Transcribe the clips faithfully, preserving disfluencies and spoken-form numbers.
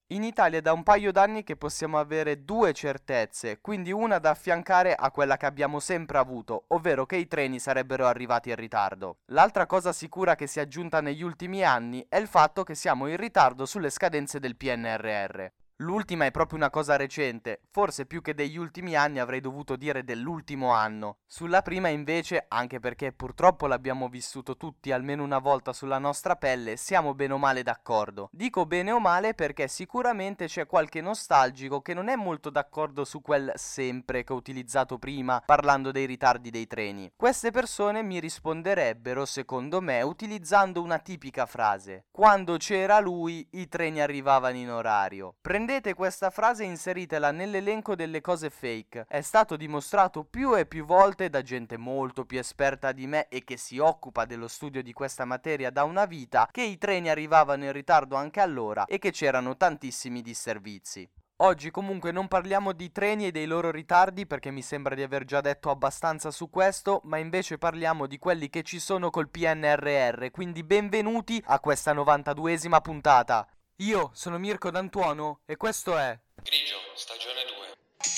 In Italia è da un paio d'anni che possiamo avere due certezze, quindi una da affiancare a quella che abbiamo sempre avuto, ovvero che i treni sarebbero arrivati in ritardo. L'altra cosa sicura che si è aggiunta negli ultimi anni è il fatto che siamo in ritardo sulle scadenze del P N R R. L'ultima è proprio una cosa recente, forse più che degli ultimi anni avrei dovuto dire dell'ultimo anno. Sulla prima invece, anche perché purtroppo l'abbiamo vissuto tutti almeno una volta sulla nostra pelle, siamo bene o male d'accordo. Dico bene o male perché sicuramente c'è qualche nostalgico che non è molto d'accordo su quel sempre che ho utilizzato prima parlando dei ritardi dei treni. Queste persone mi risponderebbero, secondo me, utilizzando una tipica frase: quando c'era lui i treni arrivavano in orario. Prendete questa frase e inseritela nell'elenco delle cose fake. È stato dimostrato più e più volte da gente molto più esperta di me e che si occupa dello studio di questa materia da una vita che i treni arrivavano in ritardo anche allora e che c'erano tantissimi disservizi. Oggi comunque non parliamo di treni e dei loro ritardi perché mi sembra di aver già detto abbastanza su questo, ma invece parliamo di quelli che ci sono col P N R R, quindi benvenuti a questa novantaduesima puntata. Io sono Mirko D'Antuono e questo è Grigio, stagione due.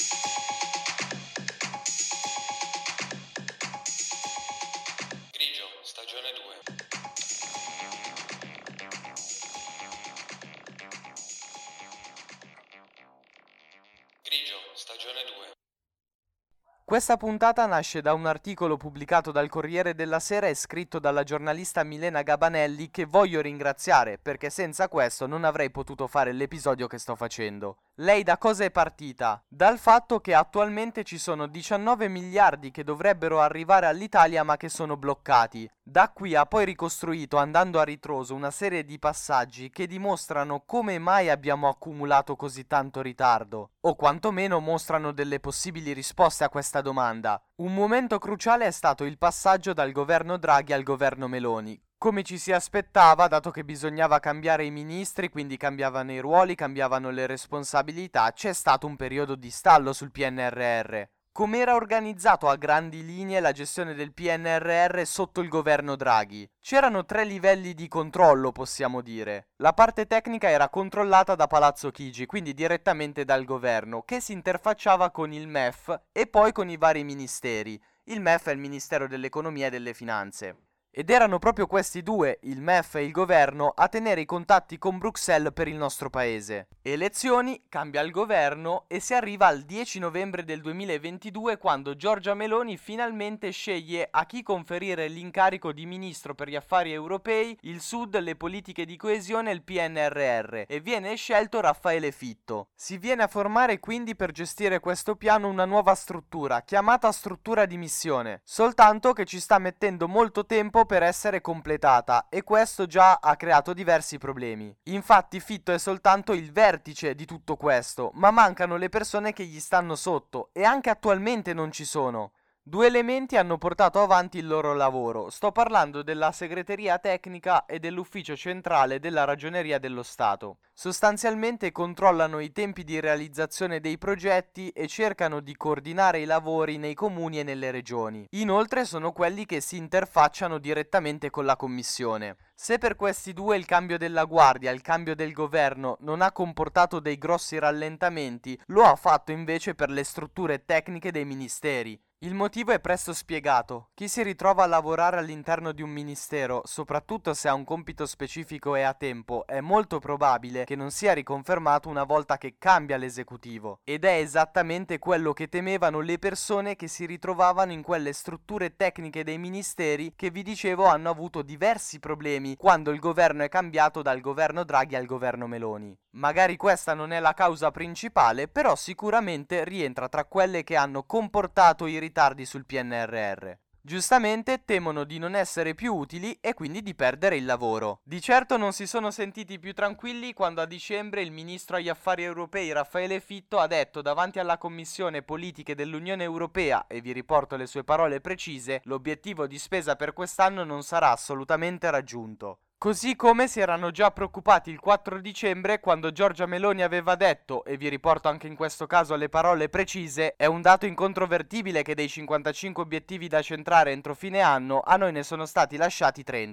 Grigio, stagione due. Grigio, stagione due. Questa puntata nasce da un articolo pubblicato dal Corriere della Sera e scritto dalla giornalista Milena Gabanelli, che voglio ringraziare perché senza questo non avrei potuto fare l'episodio che sto facendo. Lei da cosa è partita? Dal fatto che attualmente ci sono diciannove miliardi che dovrebbero arrivare all'Italia ma che sono bloccati. Da qui ha poi ricostruito, andando a ritroso, una serie di passaggi che dimostrano come mai abbiamo accumulato così tanto ritardo, o quantomeno mostrano delle possibili risposte a questa domanda. Un momento cruciale è stato il passaggio dal governo Draghi al governo Meloni. Come ci si aspettava, dato che bisognava cambiare i ministri, quindi cambiavano i ruoli, cambiavano le responsabilità, c'è stato un periodo di stallo sul P N R R. Com'era organizzato a grandi linee la gestione del P N R R sotto il governo Draghi? C'erano tre livelli di controllo, possiamo dire. La parte tecnica era controllata da Palazzo Chigi, quindi direttamente dal governo, che si interfacciava con il M E F e poi con i vari ministeri. Il M E F è il Ministero dell'Economia e delle Finanze. Ed erano proprio questi due, il M E F e il governo, a tenere i contatti con Bruxelles per il nostro paese. Elezioni, cambia il governo e si arriva al dieci novembre del duemilaventidue, quando Giorgia Meloni finalmente sceglie a chi conferire l'incarico di ministro per gli affari europei, il Sud, le politiche di coesione e il P N R R, e viene scelto Raffaele Fitto. Si viene a formare quindi per gestire questo piano una nuova struttura, chiamata struttura di missione, soltanto che ci sta mettendo molto tempo per essere completata e questo già ha creato diversi problemi. Infatti Fitto è soltanto il vertice di tutto questo, ma mancano le persone che gli stanno sotto e anche attualmente non ci sono. Due elementi hanno portato avanti il loro lavoro. Sto parlando della segreteria tecnica e dell'ufficio centrale della Ragioneria dello Stato. Sostanzialmente controllano i tempi di realizzazione dei progetti e cercano di coordinare i lavori nei comuni e nelle regioni. Inoltre sono quelli che si interfacciano direttamente con la Commissione. Se per questi due il cambio della guardia, il cambio del governo non ha comportato dei grossi rallentamenti, lo ha fatto invece per le strutture tecniche dei ministeri. Il motivo è presto spiegato. Chi si ritrova a lavorare all'interno di un ministero, soprattutto se ha un compito specifico e a tempo, è molto probabile che non sia riconfermato una volta che cambia l'esecutivo. Ed è esattamente quello che temevano le persone che si ritrovavano in quelle strutture tecniche dei ministeri che vi dicevo hanno avuto diversi problemi quando il governo è cambiato dal governo Draghi al governo Meloni. Magari questa non è la causa principale, però sicuramente rientra tra quelle che hanno comportato i ritardi sul P N R R. Giustamente temono di non essere più utili e quindi di perdere il lavoro. Di certo non si sono sentiti più tranquilli quando a dicembre il ministro agli affari europei Raffaele Fitto ha detto davanti alla Commissione Politiche dell'Unione Europea, e vi riporto le sue parole precise: l'obiettivo di spesa per quest'anno non sarà assolutamente raggiunto. Così come si erano già preoccupati il quattro dicembre quando Giorgia Meloni aveva detto, e vi riporto anche in questo caso le parole precise: è un dato incontrovertibile che dei cinquantacinque obiettivi da centrare entro fine anno a noi ne sono stati lasciati trenta.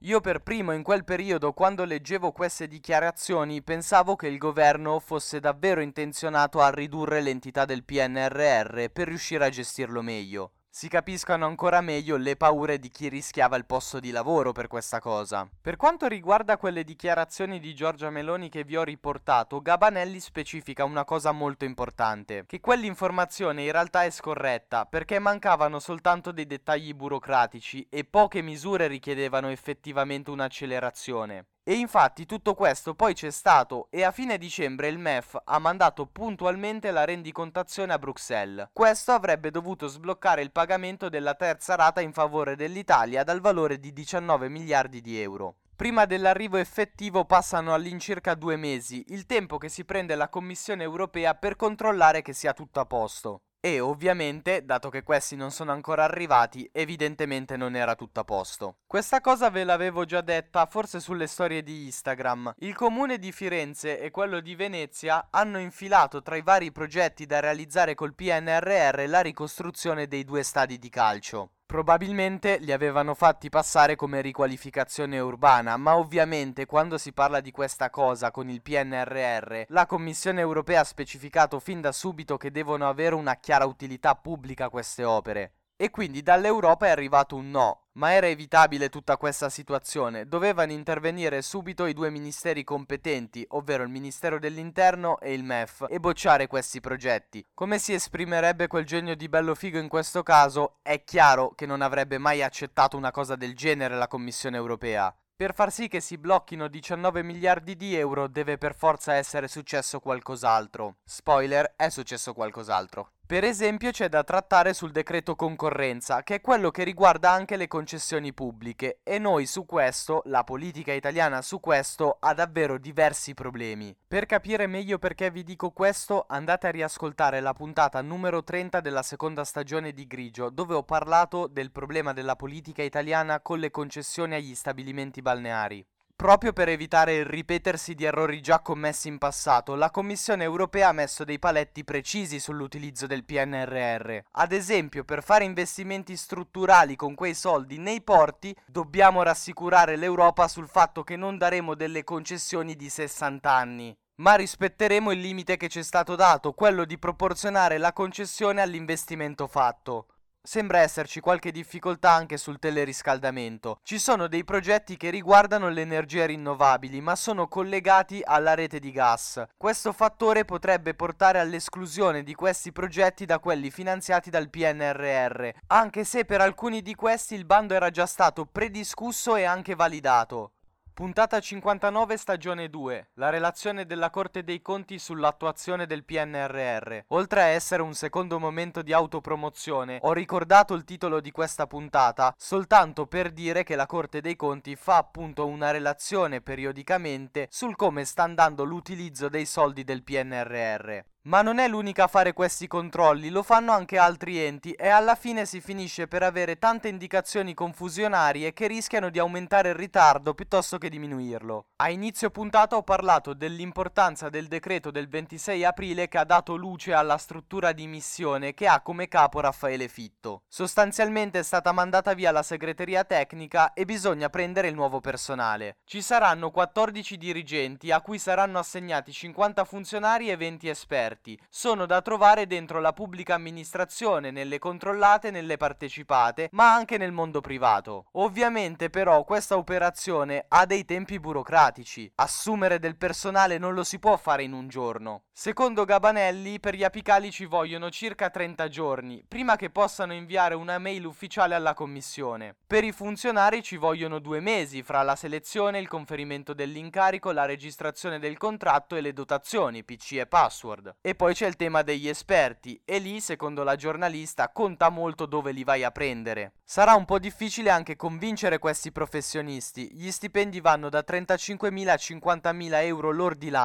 Io per primo in quel periodo, quando leggevo queste dichiarazioni, pensavo che il governo fosse davvero intenzionato a ridurre l'entità del P N R R per riuscire a gestirlo meglio. Si capiscano ancora meglio le paure di chi rischiava il posto di lavoro per questa cosa. Per quanto riguarda quelle dichiarazioni di Giorgia Meloni che vi ho riportato, Gabanelli specifica una cosa molto importante, che quell'informazione in realtà è scorretta, perché mancavano soltanto dei dettagli burocratici e poche misure richiedevano effettivamente un'accelerazione. E infatti tutto questo poi c'è stato e a fine dicembre il M E F ha mandato puntualmente la rendicontazione a Bruxelles. Questo avrebbe dovuto sbloccare il pagamento della terza rata in favore dell'Italia dal valore di diciannove miliardi di euro. Prima dell'arrivo effettivo passano all'incirca due mesi, il tempo che si prende la Commissione europea per controllare che sia tutto a posto. E ovviamente, dato che questi non sono ancora arrivati, evidentemente non era tutto a posto. Questa cosa ve l'avevo già detta, forse sulle storie di Instagram. Il comune di Firenze e quello di Venezia hanno infilato tra i vari progetti da realizzare col P N R R la ricostruzione dei due stadi di calcio. Probabilmente li avevano fatti passare come riqualificazione urbana, ma ovviamente quando si parla di questa cosa con il P N R R, la Commissione europea ha specificato fin da subito che devono avere una chiara utilità pubblica queste opere. E quindi dall'Europa è arrivato un no, ma era evitabile tutta questa situazione, dovevano intervenire subito i due ministeri competenti, ovvero il Ministero dell'Interno e il M E F, e bocciare questi progetti. Come si esprimerebbe quel genio di bello figo in questo caso, è chiaro che non avrebbe mai accettato una cosa del genere la Commissione europea. Per far sì che si blocchino diciannove miliardi di euro deve per forza essere successo qualcos'altro. Spoiler, è successo qualcos'altro. Per esempio c'è da trattare sul decreto concorrenza, che è quello che riguarda anche le concessioni pubbliche, e noi su questo, la politica italiana su questo, ha davvero diversi problemi. Per capire meglio perché vi dico questo, andate a riascoltare la puntata numero trenta della seconda stagione di Grigio, dove ho parlato del problema della politica italiana con le concessioni agli stabilimenti balneari. Proprio per evitare il ripetersi di errori già commessi in passato, la Commissione europea ha messo dei paletti precisi sull'utilizzo del P N R R. Ad esempio, per fare investimenti strutturali con quei soldi nei porti, dobbiamo rassicurare l'Europa sul fatto che non daremo delle concessioni di sessanta anni, ma rispetteremo il limite che ci è stato dato, quello di proporzionare la concessione all'investimento fatto. Sembra esserci qualche difficoltà anche sul teleriscaldamento. Ci sono dei progetti che riguardano le energie rinnovabili, ma sono collegati alla rete di gas. Questo fattore potrebbe portare all'esclusione di questi progetti da quelli finanziati dal P N R R, anche se per alcuni di questi il bando era già stato prediscusso e anche validato. Puntata cinquantanove stagione due, la relazione della Corte dei Conti sull'attuazione del P N R R. Oltre a essere un secondo momento di autopromozione, ho ricordato il titolo di questa puntata soltanto per dire che la Corte dei Conti fa appunto una relazione periodicamente sul come sta andando l'utilizzo dei soldi del P N R R. Ma non è l'unica a fare questi controlli, lo fanno anche altri enti e alla fine si finisce per avere tante indicazioni confusionarie che rischiano di aumentare il ritardo piuttosto che diminuirlo. A inizio puntata ho parlato dell'importanza del decreto del ventisei aprile che ha dato luce alla struttura di missione che ha come capo Raffaele Fitto. Sostanzialmente è stata mandata via la segreteria tecnica e bisogna prendere il nuovo personale. Ci saranno quattordici dirigenti a cui saranno assegnati cinquanta funzionari e venti esperti. Sono da trovare dentro la pubblica amministrazione, nelle controllate, nelle partecipate, ma anche nel mondo privato. Ovviamente però questa operazione ha dei tempi burocratici. Assumere del personale non lo si può fare in un giorno. Secondo Gabanelli, per gli apicali ci vogliono circa trenta giorni, prima che possano inviare una mail ufficiale alla commissione. Per i funzionari ci vogliono due mesi, fra la selezione, il conferimento dell'incarico, la registrazione del contratto e le dotazioni, P C e password. E poi c'è il tema degli esperti, e lì, secondo la giornalista, conta molto dove li vai a prendere. Sarà un po' difficile anche convincere questi professionisti, gli stipendi vanno da trentacinquemila a cinquantamila euro lordi l'anno.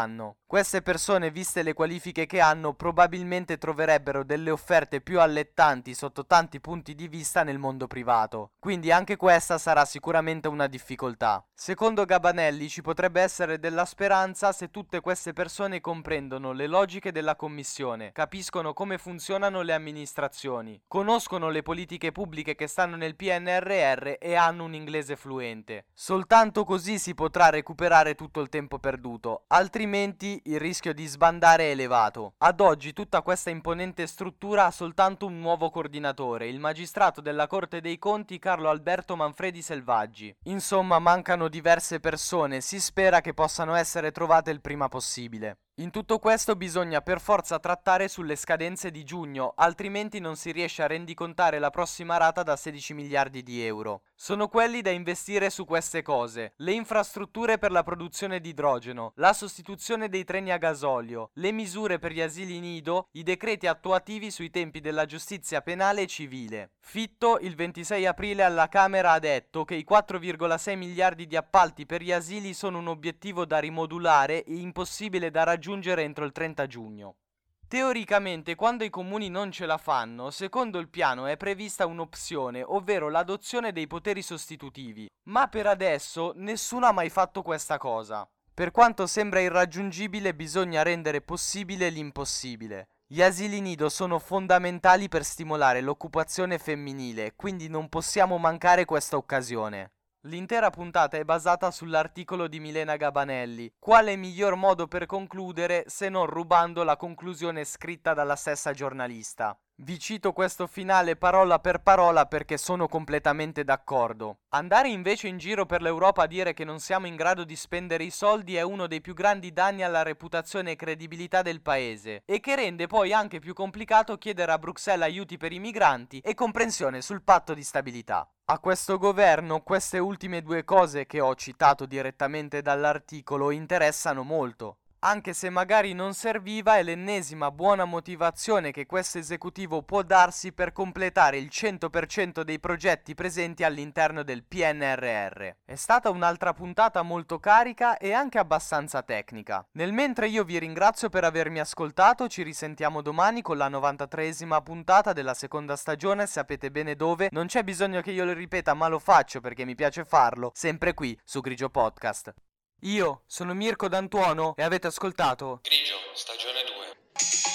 Queste persone, viste le qualifiche che hanno, probabilmente troverebbero delle offerte più allettanti sotto tanti punti di vista nel mondo privato, quindi anche questa sarà sicuramente una difficoltà. Secondo Gabanelli ci potrebbe essere della speranza se tutte queste persone comprendono le logiche della commissione, capiscono come funzionano le amministrazioni, conoscono le politiche pubbliche che stanno nel P N R R e hanno un inglese fluente. Soltanto così si potrà recuperare tutto il tempo perduto, altrimenti il rischio di sbandare è elevato. Ad oggi tutta questa imponente struttura ha soltanto un nuovo coordinatore, il magistrato della Corte dei Conti Carlo Alberto Manfredi Selvaggi. Insomma, mancano diverse persone, si spera che possano essere trovate il prima possibile. In tutto questo bisogna per forza trattare sulle scadenze di giugno, altrimenti non si riesce a rendicontare la prossima rata da sedici miliardi di euro. Sono quelli da investire su queste cose: le infrastrutture per la produzione di idrogeno, la sostituzione dei treni a gasolio, le misure per gli asili nido, i decreti attuativi sui tempi della giustizia penale e civile. Fitto il ventisei aprile alla Camera ha detto che i quattro virgola sei miliardi di appalti per gli asili sono un obiettivo da rimodulare e impossibile da raggiungere entro il trenta giugno. Teoricamente, quando i comuni non ce la fanno, secondo il piano è prevista un'opzione, ovvero l'adozione dei poteri sostitutivi, ma per adesso nessuno ha mai fatto questa cosa. Per quanto sembra irraggiungibile, bisogna rendere possibile l'impossibile. Gli asili nido sono fondamentali per stimolare l'occupazione femminile, quindi non possiamo mancare questa occasione. L'intera puntata è basata sull'articolo di Milena Gabanelli. Quale miglior modo per concludere se non rubando la conclusione scritta dalla stessa giornalista? Vi cito questo finale parola per parola perché sono completamente d'accordo. Andare invece in giro per l'Europa a dire che non siamo in grado di spendere i soldi è uno dei più grandi danni alla reputazione e credibilità del paese e che rende poi anche più complicato chiedere a Bruxelles aiuti per i migranti e comprensione sul patto di stabilità. A questo governo queste ultime due cose che ho citato direttamente dall'articolo interessano molto. Anche se magari non serviva, è l'ennesima buona motivazione che questo esecutivo può darsi per completare il cento per cento dei progetti presenti all'interno del P N R R. È stata un'altra puntata molto carica e anche abbastanza tecnica. Nel mentre io vi ringrazio per avermi ascoltato, ci risentiamo domani con la novantatreesima puntata della seconda stagione, sapete bene dove, non c'è bisogno che io lo ripeta ma lo faccio perché mi piace farlo, sempre qui su Grigio Podcast. Io sono Mirko D'Antuono e avete ascoltato Grigio, stagione due.